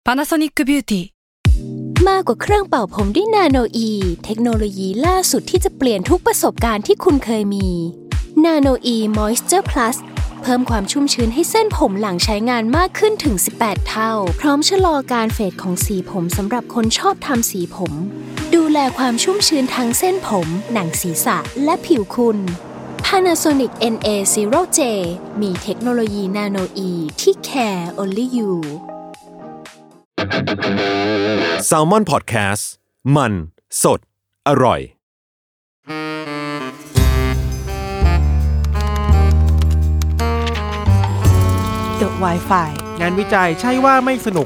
Panasonic Beauty มากกว่าเครื่องเป่าผมด้วยนาโนอีเทคโนโลยีล่าสุดที่จะเปลี่ยนทุกประสบการณ์ที่คุณเคยมีนาโนอีมอยส์เจอร์พลัสเพิ่มความชุ่มชื้นให้เส้นผมหลังใช้งานมากขึ้นถึง18เท่าพร้อมชะลอการเฟดของสีผมสำหรับคนชอบทำสีผมดูแลความชุ่มชื้นทั้งเส้นผมหนังศีรษะและผิวคุณ Panasonic NA0J มีเทคโนโลยีนาโนอีที่ care only you Salmon Podcast มันสดอร่อย The Wi-Fi งานวิจัยใช่ว่าไม่สนุก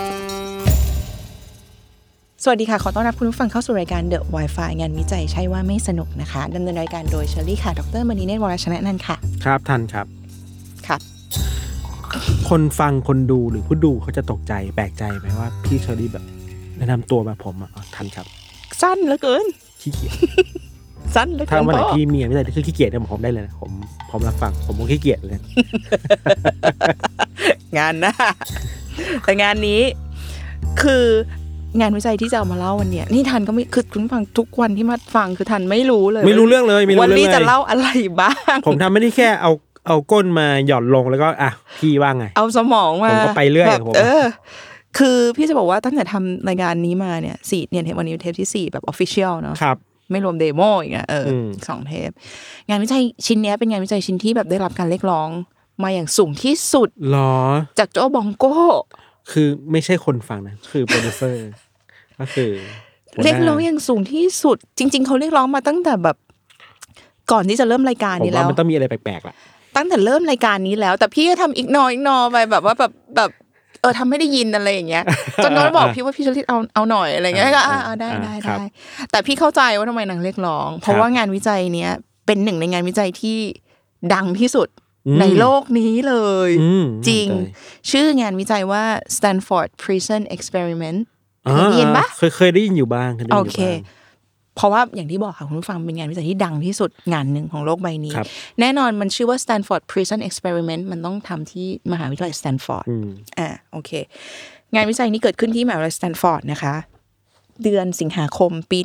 สวัสดีค่ะขอต้อนรับคุณผู้ฟังเข้าสู่รายการ The Wi-Fi งานวิจัยใช่ว่าไม่สนุกนะคะดำเนินรายการโดยเชอรี่ค่ะดร.มณีเนตร วรชนะนันท์ค่ะครับทันครับครับคนฟังคนดูหรือผู้ดูเขาจะตกใจแปลกใจไหมว่าพี่เชอรี่แบบแนะนำตัวแบบผมอ่ะทันครับสั้นเหลือเกินขี้เกียจสั้นเหลือเกินถ้าวันไหนพี่มีไม่ได้คือขี้เกียจเนี่ยผมได้เลยนะผมรับฟังผมก็ขี้เกียจเลยงานหน้าแต่งานนี้คืองานวิจัยที่จะเอามาเล่าวันเนี้ยนี่ทันก็ไม่คือคุณฟังทุกวันที่มาฟังคือทันไม่รู้เลยไม่รู้เรื่องเลยวันนี้จะเล่าอะไรบ้างผมทำไม่ได้แค่เอาก้นมาหย่อนลงแล้วก็อ่ะพี่ว่าไงเอาสมองมาผมก็ไปเรื่อยผมคือพี่จะบอกว่าตั้งแต่ทำรายการนี้มาเนี่ย4เนี่ยวันนี้เทปที่4แบบ official เนาะครับไม่รวมเดโมอีกอ่ะ2เทปงานวิจัยชิ้นนี้เป็นงานวิจัยชิ้นที่แบบได้รับการเรียกร้องมาอย่างสูงที่สุดหรอจากโจบองโก้คือไม่ใช่คนฟังนะคือโปรดิวเซอร์ก็คือเรียกร้องอย่างสูงที่สุดจริงๆเขาเรียกร้องมาตั้งแต่แบบก่อนที่จะเริ่มรายการนี้แล้วผมว่ามันต้องมีอะไรแปลกๆล่ะตั้งแต่เริ่มรายการนี้แล้วแต่พี่ก็ทำอีกนอไปแบบว่าแบบทำไม่ได้ยินอะไรอย่างเงี้ยจนน้องบอกพี่ว่าพี่จะเอาหน่อยอะไรเงี้ยก็ได้แต่พี่เข้าใจว่าทำไมนางเรียกร้องเพราะว่างานวิจัยเนี้ยเป็นหนึ่งในงานวิจัยที่ดังที่สุดในโลกนี้เลยจริงชื่องานวิจัยว่า Stanford Prison Experiment เคยได้ยินปะเคยได้ยินอยู่บ้างโอเคเพราะว่าอย่างที่บอกค่ะคุณผู้ฟังเป็นงานวิจัยที่ดังที่สุดงานหนึ่งของโลกใบนี้แน่นอนมันชื่อว่า Stanford Prison Experiment มันต้องทำที่มหาวิทยาลัย Stanford โอเคงานวิจัยนี้เกิดขึ้นที่มหาวิทยาลัย Stanford นะคะเดือนสิงหาคมปี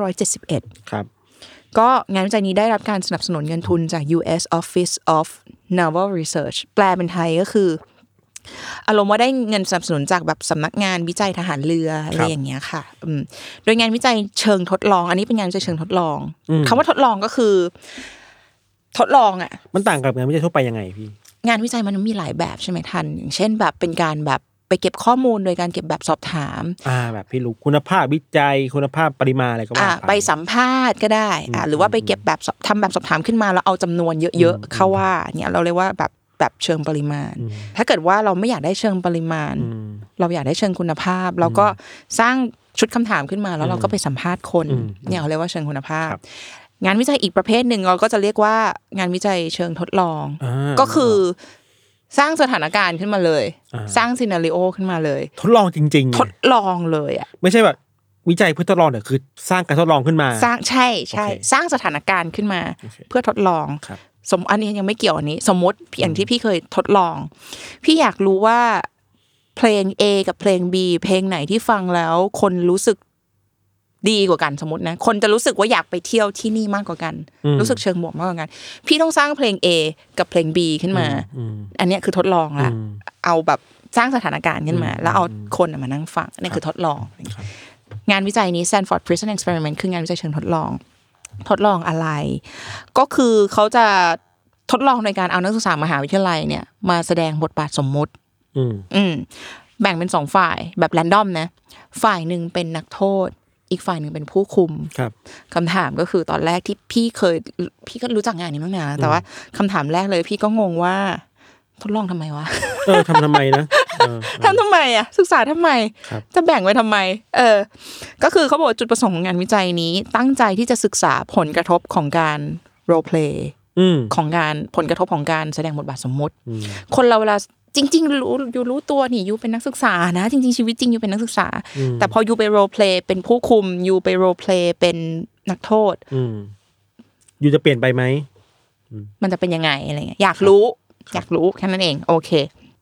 1971 ครับก็งานวิจัยนี้ได้รับการสนับสนุนเงินทุนจาก U.S. Office of Naval Research แปลเป็นไทยก็คืออารมณ์ว่าได้เงินสนับสนุนจากแบบสำนักงานวิจัยทหารเรืออะไรอย่างเงี้ยค่ะโดยงานวิจัยเชิงทดลองอันนี้เป็นงานวิจัยเชิงทดลองคำว่าทดลองก็คือทดลองอ่ะมันต่างกับงานวิจัยทั่วไปยังไงพี่งานวิจัยมันมีหลายแบบใช่ไหมทันอย่างเช่นแบบเป็นการแบบไปเก็บข้อมูลโดยการเก็บแบบสอบถามแบบพี่รู้คุณภาพวิจัยคุณภาพปริมาณอะไรก็ว่าไปสัมภาษณ์ก็ได้หรือว่าไปเก็บแบบทำแบบสอบถามขึ้นมาแล้วเอาจำนวนเยอะๆเข้าว่าเนี่ยเราเรียกว่าแบบเชิงปริมาณถ้าเกิดว่าเราไม่อยากได้เชิงปริมาณเราอยากได้เชิงคุณภาพเราก็สร้างชุดคำถามขึ้นมาแล้วเราก็ไปสัมภาษณ์คนเนี่ยเขาเรียกว่าเชิงคุณภาพงานวิจัยอีกประเภทหนึ่งเราก็จะเรียกว่างานวิจัยเชิงทดลองก็คือสร้างสถานการณ์ขึ้นมาเลยสร้างซีนาริโอขึ้นมาเลยทดลองจริงๆทดลองเลยอ่ะไม่ใช่แบบวิจัยเพื่อทดลองแต่คือสร้างการทดลองขึ้นมาสร้างใช่สร้างสถานการณ์ขึ้นมาเพื่อทดลองอันนี้ยังไม่เกี่ยวอันนี้สมมติอย่างที่พี่เคยทดลองพี่อยากรู้ว่าเพลง A กับเพลง B เพลงไหนที่ฟังแล้วคนรู้สึกดีกว่ากันสมมตินะคนจะรู้สึกว่าอยากไปเที่ยวที่นี่มากกว่ากันรู้สึกเชิงบวกมากกว่ากันพี่ต้องสร้างเพลง A กับเพลง B ขึ้นมาอันนี้คือทดลองละเอาแบบสร้างสถานการณ์ขึ้นมาแล้วเอาคนมานั่งฟังนี่คือทดลองงานวิจัยนี้ Stanford Prison Experiment คืองานวิจัยเชิงทดลองอะไรก็คือเขาจะทดลองในการเอานักศึกษามหาวิทยาลัยเนี่ยมาแสดงบทบาทสมมุติแบ่งเป็น2ฝ่ายแบบแรนดอมนะฝ่ายนึงเป็นนักโทษอีกฝ่ายนึงเป็นผู้คุมคำถามก็คือตอนแรกที่พี่ก็รู้จักงานนี้มานานแต่ว่าคำถามแรกเลยพี่ก็งงว่าทดลองทำไมวะทำทำไมนะทำทำไมอ่ะศึกษาทำไมจะแบ่งไว้ทำไมก็คือเขาบอกจุดประสงค์ของงานวิจัยนี้ตั้งใจที่จะศึกษาผลกระทบของการ role play ของการผลกระทบของการแสดงบทบาทสมมติคนเราเวลาจริงๆรู้ตัวนี่ยูเป็นนักศึกษานะจริงๆชีวิตจริงยูเป็นนักศึกษาแต่พอยูไป role play เป็นผู้คุมยูไป role play เป็นนักโทษยูจะเปลี่ยนไปไหมมันจะเป็นยังไงอะไรเงี้ยอยากรู้แค่นั้นเองโอเค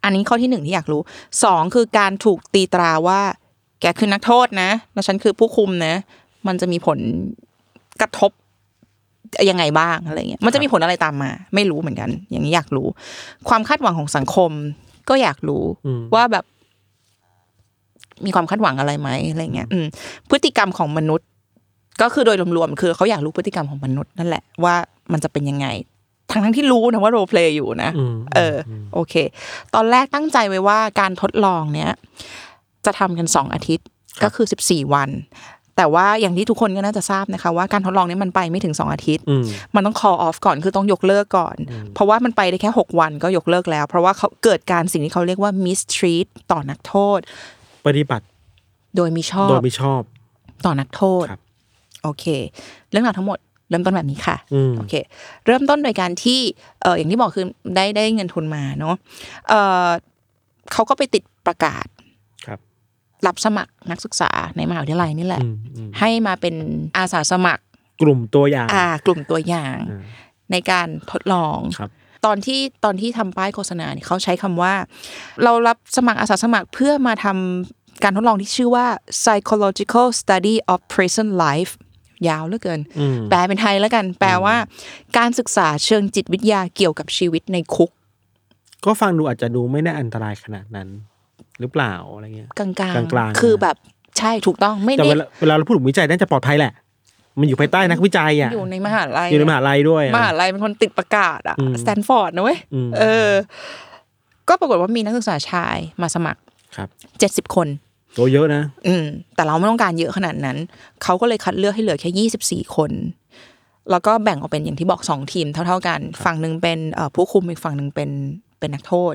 อันนี้ข้อที่1ที่อยากรู้2คือการถูกตีตราว่าแกคือนักโทษนะแล้วฉันคือผู้คุมนะมันจะมีผลกระทบยังไงบ้างอะไรเงี้ยมันจะมีผลอะไรตามมาไม่รู้เหมือนกันอย่างนี้อยากรู้ความคาดหวังของสังคมก็อยากรู้ว่าแบบมีความคาดหวังอะไรไหมอะไรเงี้ยพฤติกรรมของมนุษย์ก็คือโดยรวมๆคือเขาอยากรู้พฤติกรรมของมนุษย์นั่นแหละว่ามันจะเป็นยังไงทั้งที่รู้นะว่าโรลเพลย์อยู่นะโอเคตอนแรกตั้งใจไว้ว่าการทดลองเนี้ยจะทำกัน2อาทิตย์ก็คือ14วันแต่ว่าอย่างที่ทุกคนก็น่าจะทราบนะคะว่าการทดลองนี้มันไปไม่ถึง2อาทิตย์มันต้อง call off ก่อนคือต้องยกเลิกก่อนเพราะว่ามันไปได้แค่6วันก็ยกเลิกแล้วเพราะว่าเขาเกิดการสิ่งที่เขาเรียกว่า mistreat ต่อนักโทษปฏิบัติโดยมิชอบต่อนักโทษโอเคเรื่องราวทั้งหมดเริ่มต้นแบบนี้ค่ะโอเคเริ่มต้นโดยการที่อย่างที่บอกคือได้เงินทุนมาเนาะเขาก็ไปติดประกาศรับสมัครนักศึกษาในมหาวิทยาลัยนี่แหละให้มาเป็นอาสาสมัครกลุ่มตัวอย่างกลุ่มตัวอย่างในการทดลองตอนที่ทำป้ายโฆษณาเนี่ยเขาใช้คำว่าเรารับสมัครอาสาสมัครเพื่อมาทำการทดลองที่ชื่อว่า psychological study of prison life ยาวเหลือเกินแปลเป็นไทยแล้วกันแปลว่าการศึกษาเชิงจิตวิทยาเกี่ยวกับชีวิตในคุกก็ฟังดูอาจจะดูไม่ได้อันตรายขนาดนั้นหรือเปล่าอะไรเงี้ยกลางๆคือแบบใช่ถูกต้องไม่ได้เวลาเราพูดถึงวิจัยน่าจะปลอดภัยแหละมันอยู่ภายใต้นักวิจัยอ่ะอยู่ในมหาลัยด้วยมหาลัยเป็นคนติดประกาศอ่ะสแตนฟอร์ดนะเว้ยก็ปรากฏว่ามีนักศึกษาชายมาสมัครครับ70คนโตเยอะนะแต่เราไม่ต้องการเยอะขนาดนั้นเขาก็เลยคัดเลือกให้เหลือแค่24คนแล้วก็แบ่งออกเป็นอย่างที่บอก2ทีมเท่าๆกันฝั่งนึงเป็นผู้คุมอีกฝั่งนึงเป็นนักโทษ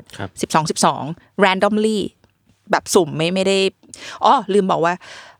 12 randomly แบบสุ่มไม่ได้ลืมบอกว่า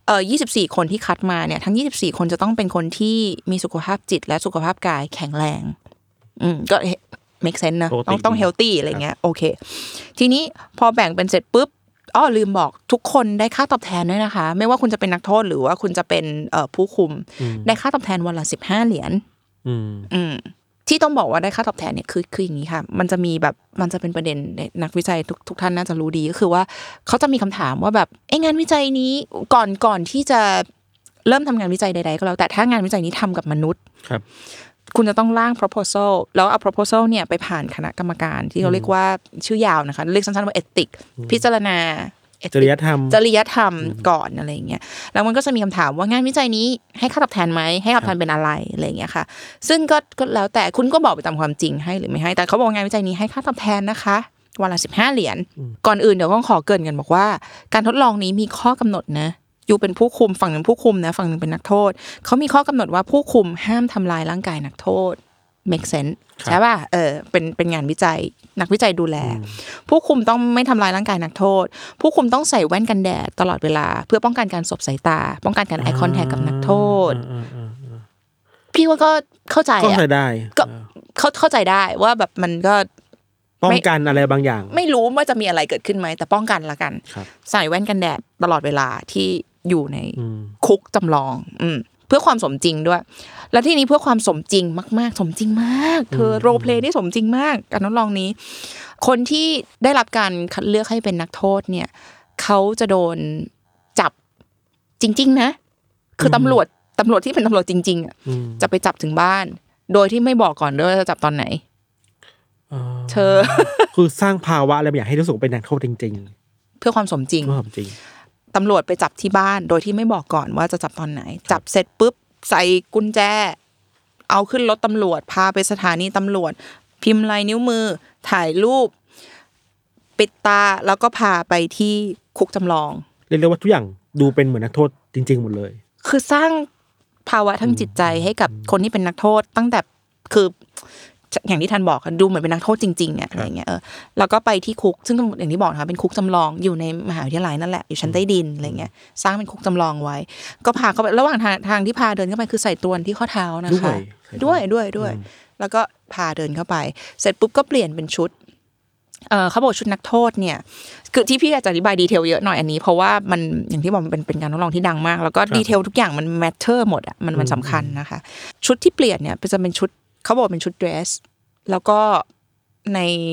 24คนที่คัดมาเนี่ยทั้ง24คนจะต้องเป็นคนที่มีสุขภาพจิตและสุขภาพกายแข็งแรงก็ make sense นะต้อง healthy อะไรเงี้ยโอเคทีนี้พอแบ่งเป็นเสร็จปุ๊บลืมบอกทุกคนได้ค่าตอบแทนด้วยนะคะไม่ว่าคุณจะเป็นนักโทษหรือว่าคุณจะเป็นผู้คุมได้ค่าตอบแทนวันละ15เหรียญที่ต้องบอกว่าได้ค่าตอบแทนเนี่ยคืออย่างนี้ค่ะมันจะเป็นประเด็นนักวิจัยทุกท่านน่าจะรู้ดีก็คือว่าเขาจะมีคำถามว่าแบบงานวิจัยนี้ก่อนที่จะเริ่มทำงานวิจัยใดๆก็แล้วแต่ถ้างานวิจัยนี้ทำกับมนุษย์ครับคุณจะต้องร่าง proposal แล้วเอา proposal เนี่ยไปผ่านคณะกรรมการที่เขาเรียกว่าชื่อยาวนะคะเรียกสั้นๆว่า ethics พิจารณาจริยธรรมก่อนอะไรอย่างเงี้ยแล้วมันก็จะมีคำถามว่างานวิจัยนี้ให้ค่าตอบแทนไหมให้ค่าตอบแทนเป็นอะไรอะไรอย่างเงี้ยค่ะซึ่งก็แล้วแต่คุณก็บอกไปตามความจริงให้หรือไม่ให้แต่เขาบอกงานวิจัยนี้ให้ค่าตอบแทนนะคะวันละ15เหรียญก่อนอื่นเดี๋ยวต้องขอเกริ่นกันบอกว่าการทดลองนี้มีข้อกำหนดนะอยู่เป็นผู้คุมฝั่งนึงผู้คุมนะฝั่งนึงเป็นนักโทษเขามีข้อกำหนดว่าผู้คุมห้ามทำลายร่างกายนักโทษ make sense ใช่ป่ะเป็นงานวิจัยนักวิจัยดูแลผู้คุมต้องไม่ทำลายร่างกายนักโทษผู้คุมต้องใส่แว่นกันแดดตลอดเวลาเพื่อป้องกันการสบสายตาป้องกันการ eye contact กับนักโทษพี่ว่าก็เข้าใจได้ก็เข้าใจได้ว่าแบบมันก็ป้องกันอะไรบางอย่างไม่รู้ว่าจะมีอะไรเกิดขึ้นไหมแต่ป้องกันละกันใส่แว่นกันแดดตลอดเวลาที่อยู่ในคุกจำลองเพื่อความสมจริงด้วยแล้วที่นี้เพื่อความสมจริงมากๆสมจริงมากเธอโรลเพลย์นี่สมจริงมากการทดลองนี้คนที่ได้รับการคัดเลือกให้เป็นนักโทษเนี่ยเขาจะโดนจับจริงๆนะคือตำรวจที่เป็นตำรวจจริงๆอ่ะจะไปจับถึงบ้านโดยที่ไม่บอกก่อนด้วยว่าจะจับตอนไหนเธอคือสร้างภาวะอะไรอยากให้รู้สึกเป็นนักโทษจริงๆเพื่อความสมจริงตำรวจไปจับที่บ้านโดยที่ไม่บอกก่อนว่าจะจับตอนไหนจับเสร็จปุ๊บใส่กุญแจเอาขึ้นรถตำรวจพาไปสถานีตำรวจพิมพ์ลายนิ้วมือถ่ายรูปปิดตาแล้วก็พาไปที่คุกจำลองเรียกได้ว่าทุกอย่างดูเป็นเหมือนนักโทษจริงๆหมดเลยคือสร้างภาวะทางจิตใจให้กับคนที่เป็นนักโทษตั้งแต่คืออย่างที่ท่านบอกดูเหมือนเป็นนักโทษจริงๆอะไรเงี้ยแล้วก็ไปที่คุกซึ่งอย่างที่บอกนะคะเป็นคุกจำลองอยู่ในมหาวิทยาลัยนั่นแหละอยู่ชั้นใต้ดินอะไรเงี้ยสร้างเป็นคุกจำลองไว้ก็พาเขาไประหว่างทางที่พาเดินเข้าไปคือใส่ตรวนที่ข้อเท้านะคะด้วยแล้วก็พาเดินเข้าไปเสร็จปุ๊บก็เปลี่ยนเป็นชุดเขาบอกชุดนักโทษเนี่ยคือที่พี่อาจจะอธิบายดีเทลเยอะหน่อยอันนี้เพราะว่ามันอย่างที่บอกมันเป็นการทดลองที่ดังมากแล้วก็ดีเทลทุกอย่างมันแมทเทอร์หมดอ่ะมันสำคัญนะคะชุดที่เปลี่ยนเนี่ยจะเป็นชุดเขาบอกเป็นชุดเดรสแล้วก็ใน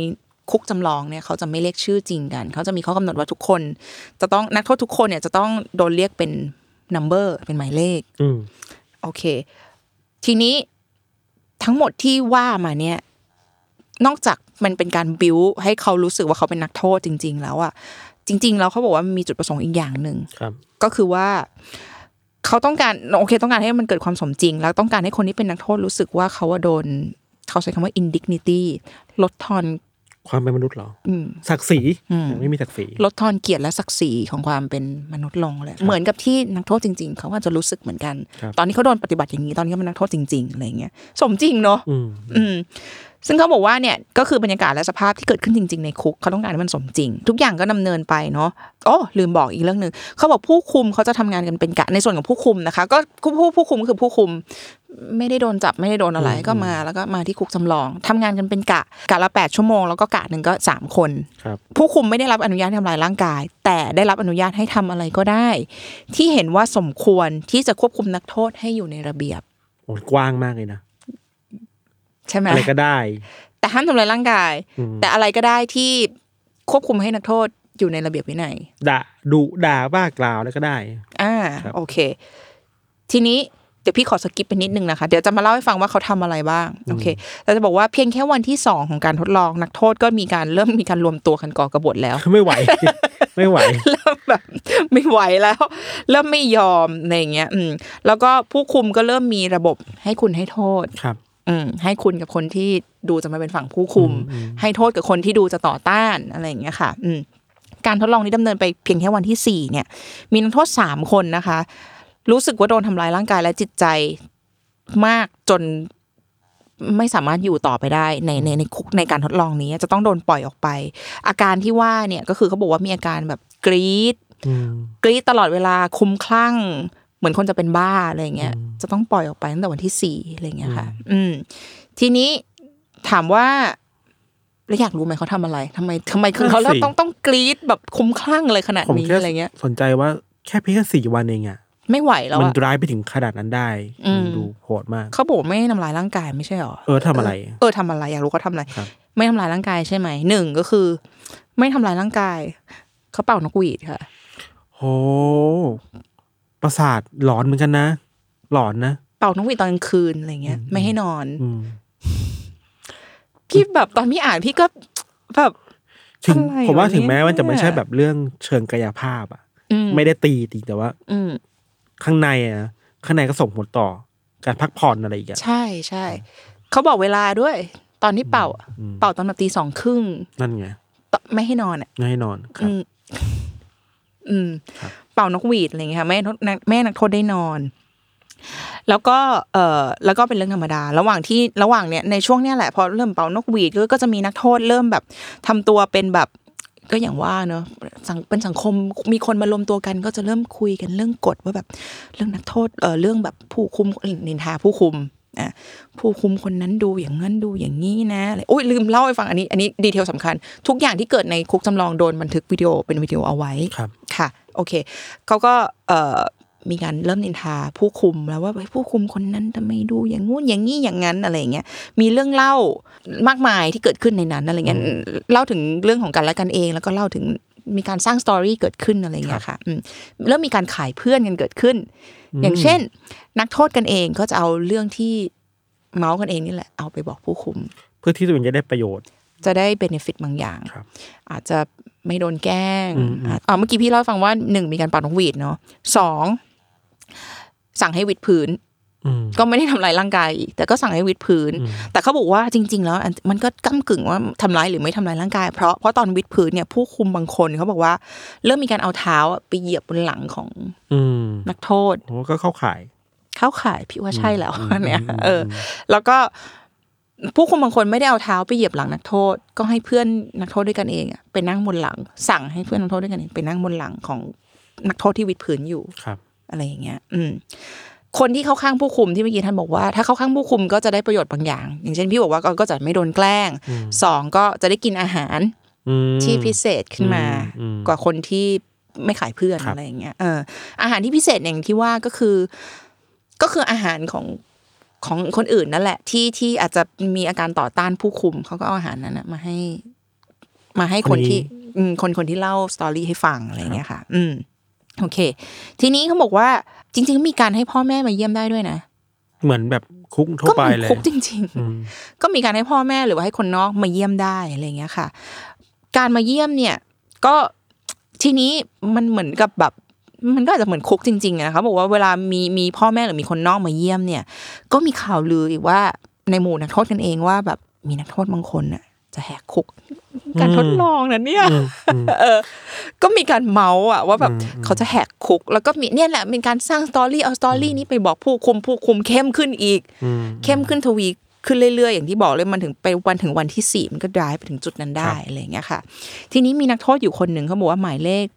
คุกจำลองเนี่ยเขาจะไม่เรียกชื่อจริงกันเขาจะมีข้อกำหนดว่าทุกคนจะต้องนักโทษทุกคนเนี่ยจะต้องโดนเรียกเป็น number เป็นหมายเลขโอเคทีนี้ทั้งหมดที่ว่ามาเนี่ยนอกจากมันเป็นการบิวให้เขารู้สึกว่าเขาเป็นนักโทษจริงๆแล้วอ่ะจริงๆแล้วเขาบอกว่ามีจุดประสงค์อีกอย่างนึงก็คือว่าเขาต้องการโอเคต้องการให้มันเกิดความสมจริงแล้วต้องการให้คนที่เป็นนักโทษรู้สึกว่าเขาว่าโดนเขาใช้คำว่า indignity ลดทอนความเป็นมนุษย์หรอศักดิ์ศรีไม่มีศักดิ์ศรีลดทอนเกียรติและศักดิ์ศรีของความเป็นมนุษย์ลงเลยเหมือนกับที่นักโทษจริงๆเขาอาจจะรู้สึกเหมือนกันตอนนี้เขาโดนปฏิบัติอย่างนี้ตอนนี้เขาเป็นนักโทษจริงๆอะไรเงี้ยสมจริงเนาะซึ่งเขาบอกว่าเนี่ยก็คือบรรยากาศและสภาพที่เกิดขึ้นจริงๆในคุกเขาต้องการให้มันสมจริงทุกอย่างก็ดำเนินไปเนาะลืมบอกอีกเรื่องนึงเขาบอกผู้คุมเขาจะทำงานกันเป็นกะในส่วนของผู้คุมนะคะก็ผู้คุมก็คือผู้คุมไม่ได้โดนจับไม่ได้โดนอะไรก็มาแล้วก็มาที่คุกจำลองทำงานกันเป็นกะละ8ชั่วโมงแล้วก็กะนึงก็3คนผู้คุมไม่ได้รับอนุญาตให้ทำลายร่างกายแต่ได้รับอนุญาตให้ทำอะไรก็ได้ที่เห็นว่าสมควรที่จะควบคุมนักโทษให้อยู่ในระเบียบโอ้กว้างมากเลยนะใช่ไหมอะไรก็ได้แต่ห้ามทำลายร่างกายแต่อะไรก็ได้ที่ควบคุมให้นักโทษอยู่ในระเบียบวินัยด่าว่ากล่าวแล้วก็ได้โอเคทีนี้เดี๋ยวพี่ขอสกิปไปนิดนึงนะคะเดี๋ยวจะมาเล่าให้ฟังว่าเขาทำอะไรบ้างโอเคเราจะบอกว่าเพียงแค่วันที่2ของการทดลองนักโทษก็เริ่มมีการรวมตัวกันก่อกบฏแล้วไม่ไหว เริ่มแบบไม่ไหวแล้วเริ่มไม่ยอมอะไรอย่างเงี้ยแล้วก็ผู้คุมก็เริ่มมีระบบให้คุณให้โทษครับให้คุณกับคนที่ดูจะมาเป็นฝั่งผู้คุมให้โทษกับคนที่ดูจะต่อต้านอะไรอย่างเงี้ยค่ะการทดลองนี้ดำเนินไปเพียงแค่วันที่4เนี่ยมีนักโทษ3คนนะคะรู้สึกว่าโดนทำร้ายร่างกายและจิตใจมากจนไม่สามารถอยู่ต่อไปได้ในคุกในการทดลองนี้จะต้องโดนปล่อยออกไปอาการที่ว่าเนี่ยก็คือเขาบอกว่ามีอาการแบบกรี๊ดตลอดเวลาคุ้มคลั่งเหมือนคนจะเป็นบ้าอะไรเงี้ยจะต้องปล่อยออกไปตั้งแต่วันที่4อะไรเงี้ยค่ะทีนี้ถามว่าแล้วอยากรู้ไหมเขาทำอะไรทำไมคือเขาต้องกรี๊ดแบบคุ้มคลั่งเลยขนาดนี้อะไรเงี้ยสนใจว่าแค่เพียง4 วันเองอะไม่ไหวแล้วมันร้ายไปถึงขนาดนั้นได้ดูโหดมากเขาบอกไม่ทำลายร่างกายไม่ใช่หรอทำอะไรทำอะไรอยากรู้เขาทำอะไรไม่ทำลายร่างกายใช่ไหม1ก็คือไม่ทำลายร่างกายเขาเป่านกหวีดค่ะโหประสาทหลอนเหมือนกันนะหลอนนะเป่านกหวีดตอนกลางคืนอะไรเงี้ยไม่ให้นอนพี่แบบตอนพี่อ่านพี่ก็แบบถึงผมว่าถึงแม้มันจะไม่ใช่แบบเรื่องเชิงกายภาพอ่ะไม่ได้ตีแต่ว่าข้างในก็ส่งผลต่อการพักผ่อนอะไรอีกอ่ะใช่ใช่เขาบอกเวลาด้วยตอนที่เป่าตอนแบบ 02:30 นั่นไงไม่ให้นอนอ่ะไม่ให้นอนครับเป่านกหวีดอะไรเงี้ยค่ะแม่นักโทษได้นอนแล้วก็เป็นเรื่องธรรมดาระหว่างเนี้ยในช่วงเนี้ยแหละพอเริ่มเป่านกหวีดก็จะมีนักโทษเริ่มแบบทำตัวเป็นแบบก็อย่างว่าเนอะเป็นสังคมมีคนมารวมตัวกันก็จะเริ่มคุยกันเรื่องกฎว่าแบบเรื่องนักโทษเรื่องแบบผู้คุมนินทาผู้คุมผู้คุมคนนั้นดูอย่างนั้นดูอย่างนี้นะอะไรโอ้ยลืมเล่าให้ฟังอันนี้ดีเทลสำคัญทุกอย่างที่เกิดในคุกจำลองโดนบันทึกวิดีโอเป็นวิดีโอเอาไว้ค่ะโอเคเขาก็มีการเริ่มนินทาผู้คุมแล้วว่าผู้คุมคนนั้นทำไมดูอย่างงู้นอย่างนี้อย่างนั้นอะไรอย่างเงี้ยมีเรื่องเล่ามากมายที่เกิดขึ้นในนั้นอะไรเงี้ยเล่าถึงเรื่องของกันและกันเองแล้วก็เล่าถึงมีการสร้างสตอรี่เกิดขึ้นอะไรเงี้ยค่ะเริ่มมีการขายเพื่อนกันเกิดขึ้นอย่างเช่นนักโทษกันเองก็จะเอาเรื่องที่เมาส์กันเองนี่แหละเอาไปบอกผู้คุมเพื่อที่ตัวเองจะได้ประโยชน์จะได้เบเนฟิตบางอย่างอาจจะไม่โดนแกล้งเมื่อกี้พี่เล่าฟังว่า1มีการเป่านกหวีดเนาะ2สั่งให้วิดพื้นก็ไม่ได้ทำลายร่างกายอีกแต่ก็สั่งให้วิดพื้นแต่เขาบอกว่าจริงๆแล้วมันก็ก้ำกึ่งว่าทำร้ายหรือไม่ทำลายร่างกายเพราะตอนวิดพื้นเนี่ยผู้คุมบางคนเขาบอกว่าเริ่มมีการเอาเท้าไปเหยียบบนหลังของนักโทษโอ้ก็เข้าข่ายพี่ว่าใช่แล้วเนี่ยแล้วก็ผู้คุมบางคนไม่ได้เอาเท้าไปเหยียบหลังนักโทษก็ให้เพื่อนนักโทษด้วยกันเองไปนั่งบนหลังสั่งให้เพื่อนนักโทษด้วยกันเองไปนั่งบนหลังของนักโทษที่วิดพื้นอยู่อะไรอย่างเงี้ยคนที่เข้าข้างผู้คุมที่เมื่อกี้ท่านบอกว่าถ้าเข้าข้างผู้คุมก็จะได้ประโยชน์บางอย่างอย่างเช่นพี่บอกว่าก็จะไม่โดนแกล้ง2ก็จะได้กินอาหารที่พิเศษขึ้นมากว่าคนที่ไม่ขายเพื่อนอะไรอย่างเงี้ยอาหารที่พิเศษอย่างที่ว่าก็คืออาหารของคนอื่นนั่นแหละที่อาจจะมีอาการต่อต้านผู้คุมเขาก็เอาอาหารนั้นมาให้มาให้คนที่คนที่เล่าสตอรี่ให้ฟังอะไรอย่างเงี้ยค่ะโอเคทีนี้เขาบอกว่าจริงๆมีการให้พ่อแม่มาเยี่ยมได้ด้วยนะเหมือนแบบคุกทั่วไปเลยคุกจริงๆก็มีการให้พ่อแม่หรือว่าให้คนนอกมาเยี่ยมได้อะไรอย่างเงี้ยค่ะการมาเยี่ยมเนี่ยก็ทีนี้มันเหมือนกับแบบมันก็อาจจะเหมือนคุกจริงๆนะคะบอกว่าเวลามีพ่อแม่หรือมีคนนอกมาเยี่ยมเนี่ยก็มีข่าวลืออีกว่าในหมู่นักโทษกันเองว่าแบบมีนักโทษบางคนน่ะจะแหกคุกการทดลองนะเนี่ยก็มีการเมาส์อ่ะว่าแบบเขาจะแหกคุกแล้วก็มีเนี่ยแหละเป็นการสร้างสตอรี่เอาสตอรี่นี้ไปบอกผู้คุมเข้มขึ้นอีกเข้มขึ้นทวีขึ้นเรื่อยๆอย่างที่บอกเลยมันถึงไปวันที่4มันก็ดรายไปถึงจุดนั้นได้อะไรอย่างเงี้ยค่ะทีนี้มีนักโทษอยู่คนหนึ่งเขาบอกว่าหมายเลข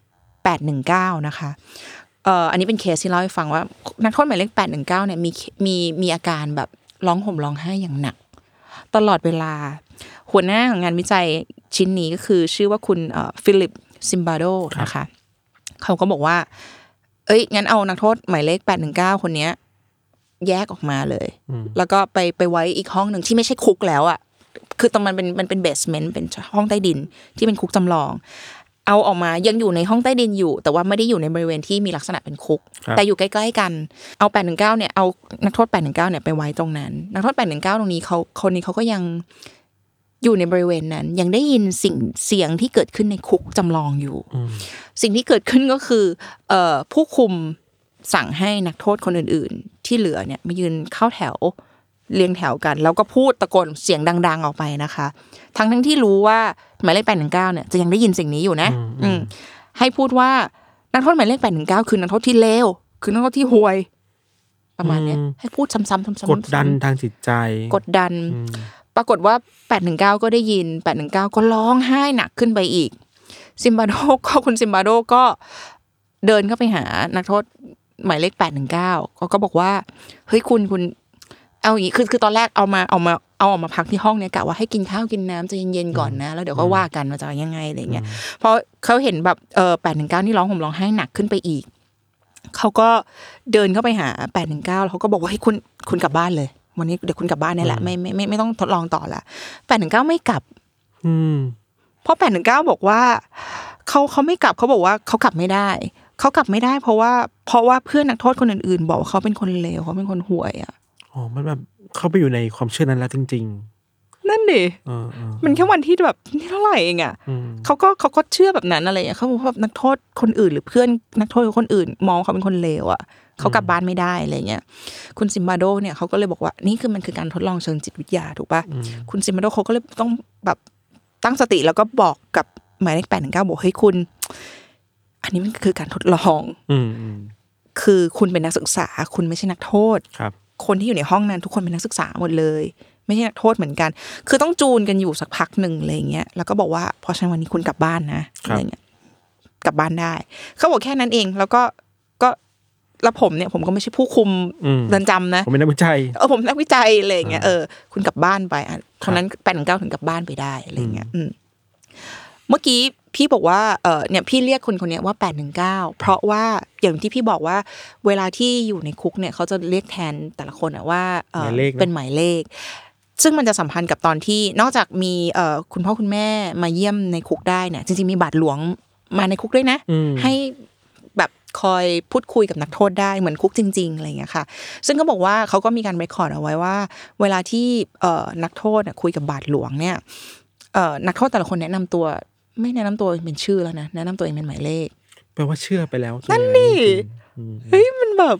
819นะคะอันนี้เป็นเคสที่เล่าให้ฟังว่านักโทษหมายเลข819เนี่ยมีอาการแบบร้องห่มร้องไห้อย่างหนักตลอดเวลาหัวหน้าของงานวิจัยชิ้นนี้ก็คือชื่อว่าคุณฟิลิปซิมบาโดนะคะเขาก็บอกว่างั้นเอานักโทษหมายเลข819คนนี้แยกออกมาเลยแล้วก็ไปไว้อีกห้องนึงที่ไม่ใช่คุกแล้วอ่ะคือตรงมันเป็นเบสเมนต์เป็นห้องใต้ดินที่เป็นคุกจำลองเอาออกมายังอยู่ในห้องใต้ดินอยู่แต่ว่าไม่ได้อยู่ในบริเวณที่มีลักษณะเป็นคุกแต่อยู่ใกล้ๆกันเอา819เนี่ยเอานักโทษ819เนี่ยไปไว้ตรงนั้นนักโทษ819ตรงนี้คนนี้เขาก็ยังอยู่ในบริเวณนั้นยังได้ยินเสียงที่เกิดขึ้นในคุกจำลองอยู่สิ่งที่เกิดขึ้นก็คือผู้คุมสั่งให้นักโทษคนอื่นๆที่เหลือเนี่ยมายืนเข้าแถวเรียงแถวกันแล้วก็พูดตะโกนเสียงดังๆออกไปนะคะทั้งที่รู้ว่าหมายเลข819เนี่ยจะยังได้ยินสิ่งนี้อยู่นะให้พูดว่านักโทษหมายเลข819คือนักโทษที่เลวคือนักโทษที่ห่วยประมาณนี้ให้พูดซ้ำๆกดดันทางจิตใจกดดันปรากฏว่า819ก็ได้ยิน819ก็ร้องไห้หนักขึ้นไปอีกซิมบาโดก็คุณซิมบาโดก็เดินเข้าไปหานักโทษหมายเลข819ก็บอกว่าเฮ้ยคุณเอาอย่างนี้คือตอนแรกเอาออกมาพักที่ห้องเนี่ยกะว่าให้กินข้าวกินน้ำใจเย็นๆก่อนนะแล้วเดี๋ยวก็ว่ากันว่าจะยังไงอะไรเงี้ยเพราะเขาเห็นแบบ819นี่ร้องห่มร้องไห้หนักขึ้นไปอีกเขาก็เดินเข้าไปหา819แล้วเขาก็บอกว่าให้คุณกลับบ้านเลยวันนี้เดี๋ยวคุณกลับบ้านนี่แหละไม่ต้องทดลองต่อละ819ไม่กลับเพราะ819บอกว่าเขาไม่กลับเขาบอกว่าเขากลับไม่ได้เขากลับไม่ได้เพราะว่าเพื่อนนักโทษคนอื่นๆบอกว่าเขาเป็นคนเลวเขาเป็นคนห่วยอ่ะอ๋อมันแบบเขาไปอยู่ในความเชื่อนั้นแล้วจริงๆนั่นดิมันแค่วันที่แบบนี่เท่าไหร่เองอ่ะเขาก็เชื่อแบบนั้นอะไรอย่างเงี้ยเขาบอกว่านักโทษคนอื่นหรือเพื่อนนักโทษคนอื่นมองเขาเป็นคนเลวอ่ะเขากลับบ้านไม่ได้อะไรเงี้ยคุณซิมบาโดเนี่ยเขาก็เลยบอกว่านี่คือมันคือการทดลองเชิงจิตวิทยาถูกป่ะคุณซิมบาโดเขาก็เลยต้องแบบตั้งสติแล้วก็บอกกับหมายเลข819บอกเฮ้ยคุณอันนี้มันคือการทดลองคือคุณเป็นนักศึกษาคุณไม่ใช่นักโทษคนที่อยู่ในห้องนั้นทุกคนเป็นนักศึกษาหมดเลยไม่ใช่นักโทษเหมือนกันคือต้องจูนกันอยู่สักพักหนึ่งอะไรเงี้ยแล้วก็บอกว่าเพราะฉะนั้นวันนี้คุณกลับบ้านนะอะไรเงี้ยกลับบ้านได้เขาบอกแค่นั้นเองแล้วก็แล้วผมเนี่ยผมก็ไม่ใช่ผู้คุมเรือนจำนะผมเป็นนักวิจัยผมนักวิจัยอะไรเงี้ยคุณกลับบ้านไปคนนั้น819ถึงกลับบ้านไปได้อะไรเงี้ยเมื่อกี้พี่บอกว่าเนี่ยพี่เรียกคนนี้ว่า819เพราะว่าอย่างที่พี่บอกว่าเวลาที่อยู่ในคุกเนี่ยเขาจะเรียกแทนแต่ละคนว่าเป็นหมายเลขซึ่งมันจะสัมพันธ์กับตอนที่นอกจากมีคุณพ่อคุณแม่มาเยี่ยมในคุกได้เนี่ยจริงๆมีบาทหลวงมาในคุกด้วยนะให้แบบคอยพูดคุยกับนักโทษได้เหมือนคุกจริงๆอะไรอย่างเงี้ยค่ะซึ่งก็บอกว่าเขาก็มีการเรคคอร์ดเอาไว้ว่าเวลาที่นักโทษคุยกับบาทหลวงเนี่ยนักโทษแต่ละคนแนะนำตัวไม่แนะนำตัวเป็นชื่อแล้วนะแนะนำตัวเองเป็นหมายเลขแปลว่าเชื่อไปแล้วนั่นนี่เฮ้ยมันแบบ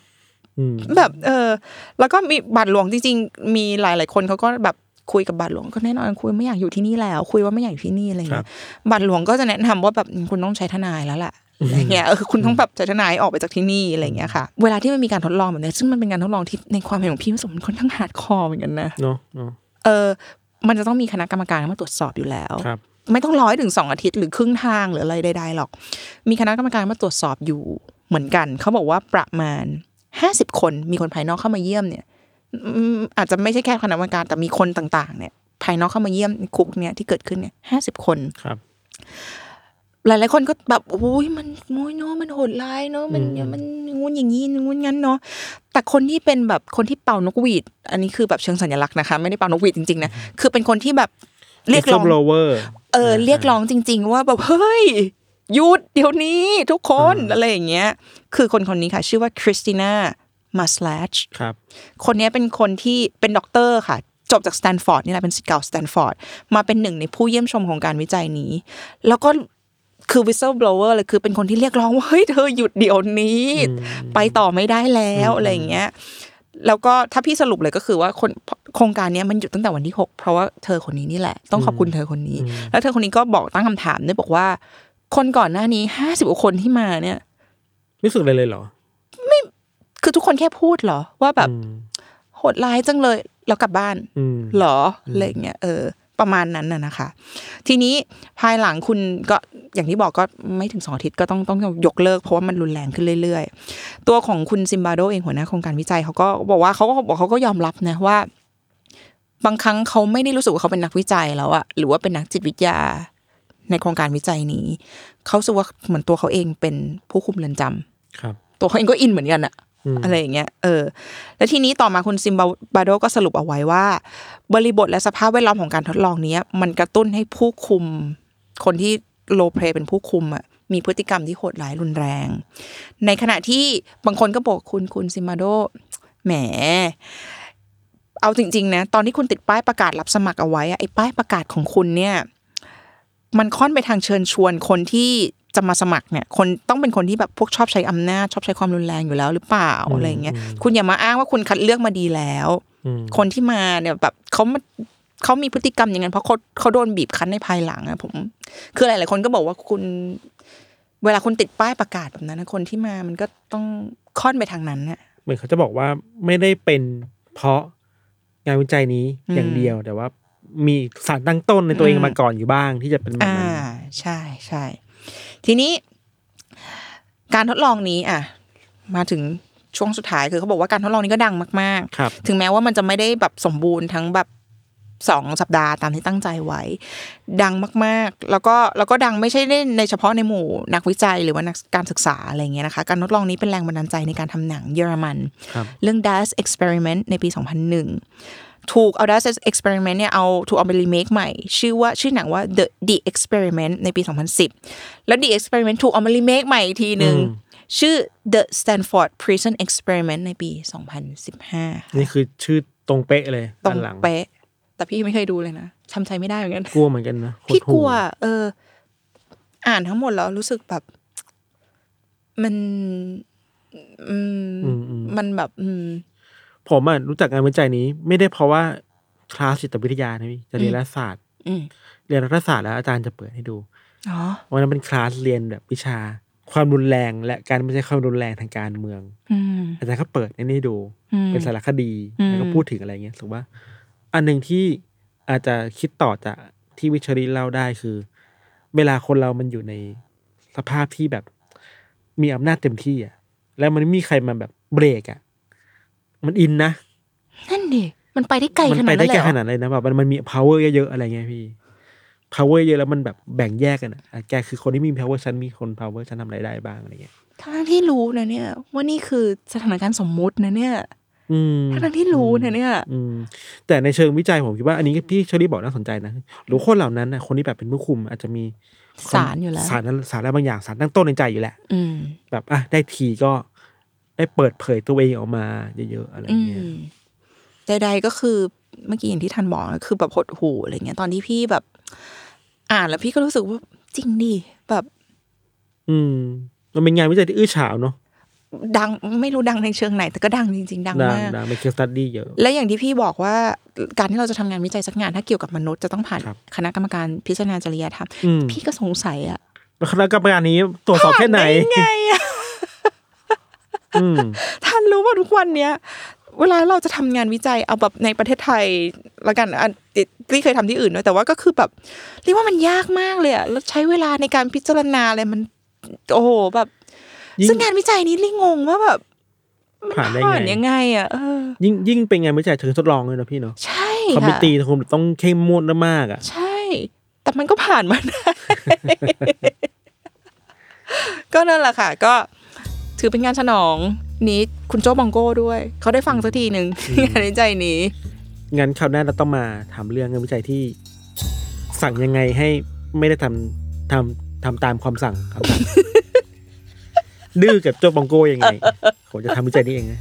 แล้วก็มีบาทหลวงจริงๆมีหลายๆคนเขาก็แบบคุยกับบาทหลวงก็แน่นอนคุยไม่อยากอยู่ที่นี่แล้วคุยว่าไม่อยากอยู่ที่นี่อะไรเงี้ยบาทหลวงก็จะแนะนำว่าแบบคุณต้องใช้ทนายแล้วแหละอะไรเงี้ยคุณต้องแบบใช้ทนายออกไปจากที่นี่อะไรเงี้ยค่ะเวลาที่มันมีการทดลองแบบนี้ซึ่งมันเป็นการทดลองที่ในความเห็นของพี่มันค่อนข้างฮาร์ดคอร์เหมือนกันนะมันจะต้องมีคณะกรรมการมาตรวจสอบอยู่แล้วไม่ต้อง100 ถึง 2 อาทิตย์หรือครึ่งทางหรืออะไรใดๆหรอกมีคณะกรรมการมาตรวจสอบอยู่เหมือนกันเขาบอกว่าประมาณ50 คนมีคนภายนอกเข้ามาเยี่ยมเนี่ยอาจจะไม่ใช่แค่คณะกรรมการแต่มีคนต่างๆเนี่ยภายนอกเข้ามาเยี่ยมคุกเนี่ยที่เกิดขึ้นเนี่ย50 คนครับหลายๆคนก็แบบโอ้ยมันโอ้ยเนาะมันโหดร้ายเนาะมันงุ้นอย่างงี้งุ้นงั้นเนาะแต่คนที่เป็นแบบคนที่เป่านกหวีดอันนี้คือแบบเชิงสัญลักษณ์นะคะไม่ได้เป่านกหวีดจริงๆนะคือเป็นคนที่แบบเรียกร้องเรียกร้องจริงๆว่าแบบเฮ้ยหยุดเดี๋ยวนี้ทุกคนอะไรอย่างเงี้ยคือคนนี้ค่ะชื่อว่าคริสติน่ามาสแลชครับคนนี้เป็นคนที่เป็นด็อกเตอร์ค่ะจบจากสแตนฟอร์ดนี่แหละเป็นศิษย์เก่าสแตนฟอร์ดมาเป็นหนึ่งในผู้เยี่ยมชมของการวิจัยนี้แล้วก็คือ whistleblower เลยคือเป็นคนที่เรียกร้องว่าเฮ้ยเธอหยุดเดี๋ยวนี้ไปต่อไม่ได้แล้วอะไรอย่างเงี้ยแล้วก็ถ้าพี่สรุปเลยก็คือว่าโครงการนี้มันหยุดตั้งแต่วันที่6เพราะว่าเธอคนนี้นี่แหละต้องขอบคุณเธอคนนี้แล้วเธอคนนี้ก็บอกตั้งคำถามด้วยบอกว่าคนก่อนหน้านี้50กว่าคนที่มาเนี่ยไม่รู้สึกอะไรเลยเหรอไม่คือทุกคนแค่พูดเหรอว่าแบบโหดร้ายจังเลยแล้วกลับบ้านเหรออะไรอย่างเงี้ยประมาณนั้นน่ะนะคะทีนี้ภายหลังคุณก็อย่างที่บอกก็ไม่ถึง2 อาทิตย์ก็ต้องยกเลิกเพราะว่ามันรุนแรงขึ้นเรื่อยๆตัวของคุณซิมบาโดเองหัวหน้าโครงการวิจัยเขาก็บอกว่าเขาก็ยอมรับนะว่าบางครั้งเขาไม่ได้รู้สึกว่าเขาเป็นนักวิจัยแล้วอะหรือว่าเป็นนักจิตวิทยาในโครงการวิจัยนี้เขาสึกว่าเหมือนตัวเขาเองเป็นผู้คุมเรือนจำครับตัวเขาเองก็อินเหมือนกันอะอะไรอย่างเงี้ยแล้วทีนี้ต่อมาคุณซิมบาโดก็สรุปเอาไว้ว่าบริบทและสภาพแวดล้อมของการทดลองนี้มันกระตุ้นให้ผู้คุมคนที่โลเพลเป็นผู้คุมอ่ะมีพฤติกรรมที่โหดร้ายรุนแรงในขณะที่บางคนก็บอกคุณซิมบาโดแหมเอาจริงๆนะตอนที่คุณติดป้ายประกาศรับสมัครเอาไว้ไอ้ป้ายประกาศของคุณเนี่ยมันค่อนไปทางเชิญชวนคนที่จะมาสมัครเนี่ยคนต้องเป็นคนที่แบบพวกชอบใช้อำนาจชอบใช้ความรุนแรงอยู่แล้วหรือเปล่าอะไรเงี้ยคุณอย่ามาอ้างว่าคุณคัดเลือกมาดีแล้วคนที่มาเนี่ยแบบเขามีพฤติกรรมอย่างนั้นเพราะเขาโดนบีบคั้นในภายหลังอะผมคือหลายๆคนก็บอกว่าคุณเวลาคุณติดป้ายประกาศแบบนั้นนะคนที่มามันก็ต้องค่อนไปทางนั้นน่ะเหมือนเขาจะบอกว่าไม่ได้เป็นเพราะงานวิจัยนี้อย่างเดียวแต่ว่ามีสารตั้งต้นในตัวเองมาก่อนอยู่บ้างที่จะเป็นแบบนั้นใช่ใช่ทีนี้การทดลองนี้มาถึงช่วงสุดท้ายคือเขาบอกว่าการทดลองนี้ก็ดังมากๆถึงแม้ว่ามันจะไม่ได้แบบสมบูรณ์ทั้งแบบ2 สัปดาห์ตามที่ตั้งใจไว้ดังมากๆแล้วก็ดังไม่ใช่ในเฉพาะในหมู่นักวิจัยหรือว่านักการศึกษาอะไรเงี้ยนะคะการทดลองนี้เป็นแรงบันดาลใจในการทำหนังเยอรมันเรื่อง Das Experiment ในปี 2001ถูกเอา Das Experiment เนี่ยถูกเอาไปรีเมคใหม่ชื่อหนังว่า The Experiment ในปี 2010แล้ว The Experiment ถูกเอามารีเมคใหม่อีกทีนึงชื่อ The Stanford Prison Experiment ในปี 2015 นี่คือชื่อตรงเป๊ะเลยตรงเป๊ะแต่พี่ไม่เคยดูเลยนะทำใจไม่ได้เหมือนกันกลัวเหมือนกันนะพี่กลัวอ่านทั้งหมดแล้วรู้สึกแบบมันแบบผมรู้จักงานวิจัยนี้ไม่ได้เพราะว่าคลาสจิตวิทยานะพี่จะเรียนรัฐศาสตร์เรียนรัฐศาสตร์แล้วอาจารย์จะเปิดให้ดูวันนั้นเป็นคลาสเรียนแบบวิชาความรุนแรงและการไม่ใช่ความรุนแรงทางการเมืองอาจารย์ก็เปิดให้ดูเป็นสารคดีแล้วก็พูดถึงอะไรเงี้ยรู้สึกว่าอันนึงที่อาจจะคิดต่อจากที่วิชารีเล่าได้คือเวลาคนเรามันอยู่ในสภาพที่แบบมีอำนาจเต็มที่แล้วมันไม่มีใครมาแบบเบรกมันอินนะนั่นดิมันไปได้ไกลขนาดนั้นเลยมันไปได้ไกลขนาดเลยนะแบบมันมี power เยอะๆอะไรเงี้ยพี่ power เยอะแล้วมันแบบแบ่งแยกกันแกคือคนที่มี power ฉันมีคน power ฉันทำอะไรได้บ้างอะไรเงี้ยทั้งที่รู้นะเนี่ยว่านี่คือสถานการณ์สมมุตินะเนี่ยทั้งที่รู้นะเนี่ยแต่ในเชิงวิจัยผมคิดว่าอันนี้พี่เชอรี่บอกน่าสนใจนะหรือคนเหล่านั้นนะคนที่แบบเป็นผู้คุมอาจจะมีสารอยู่แล้วสารอะไรบางอย่างสารตั้งต้นในใจอยู่แหละแบบได้ทีก็ได้เปิดเผยตัวเองออกมาเยอะๆอะไรเงี้ยใดๆก็คือเมื่อกี้อย่างที่ทันบอกนะคือแบบหดหู่อะไรเงี้ยตอนที่พี่แบบอ่านแล้วพี่ก็รู้สึกว่าจริงดิแบบมันเป็นงานวิจัยที่อื้อฉาวเนาะดังไม่รู้ดังในเชิงไหนแต่ก็ดังจริงๆดังมากดังเป็นเคสสตั๊ดดี้เยอะและอย่างที่พี่บอกว่าการที่เราจะทำงานวิจัยสักงานถ้าเกี่ยวกับมนุษย์จะต้องผ่านคณะกรรมการพิจารณาจริยธรรมพี่ก็สงสัยคณะกรรมการนี้ตรวจสอบแค่ไหนท่านรู้ว่าทุกวันเนี้ยเวลาเราจะทำงานวิจัยเอาแบบในประเทศไทยละกันพี่เคยทำที่อื่นด้วยแต่ว่าก็คือแบบเรียกว่ามันยากมากเลยแล้วใช้เวลาในการพิจารณาอะไรมันโอ้โหแบบซึ่งงานวิจัยนี้ลิงงว่าแบบผ่านยังไงยิ่งเป็นงานวิจัยเชิงทดลองเลยนะพี่เนาะใช่คอมมิตี้คงต้องเข้มงวดมากใช่แต่มันก็ผ่านมาได้ ก็นั่นแหละค่ะก็ถือเป็นงานฉลองนี้คุณโจ้บองโก้ด้วยเขาได้ฟังสักทีนึงงานวิจัยนี้งั้นคราวหน้าเราต้องมาถามเรื่องงานวิจัยที่สั่งยังไงให้ไม่ได้ทำตามความสั่งครับ ดื้อกับโจบองโกยังไงผมจะทำวิจัยนี้เองนะ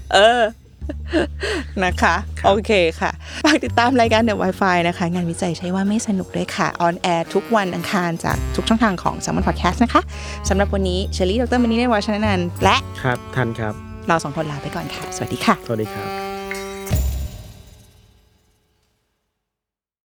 นะคะโอเคค่ะฝากติดตามรายการ The Wi-Fi นะคะงานวิจัยใช่ว่าไม่สนุกด้วยค่ะออนแอร์ทุกวันอังคารจากทุกช่องทางของ Salmon Podcast นะคะสำหรับวันนี้เชอรี่ดร.มณีเนตรวาชนันท์และครับทันครับเรา2คนลาไปก่อนค่ะสวัสดีค่ะสวัสดีครับ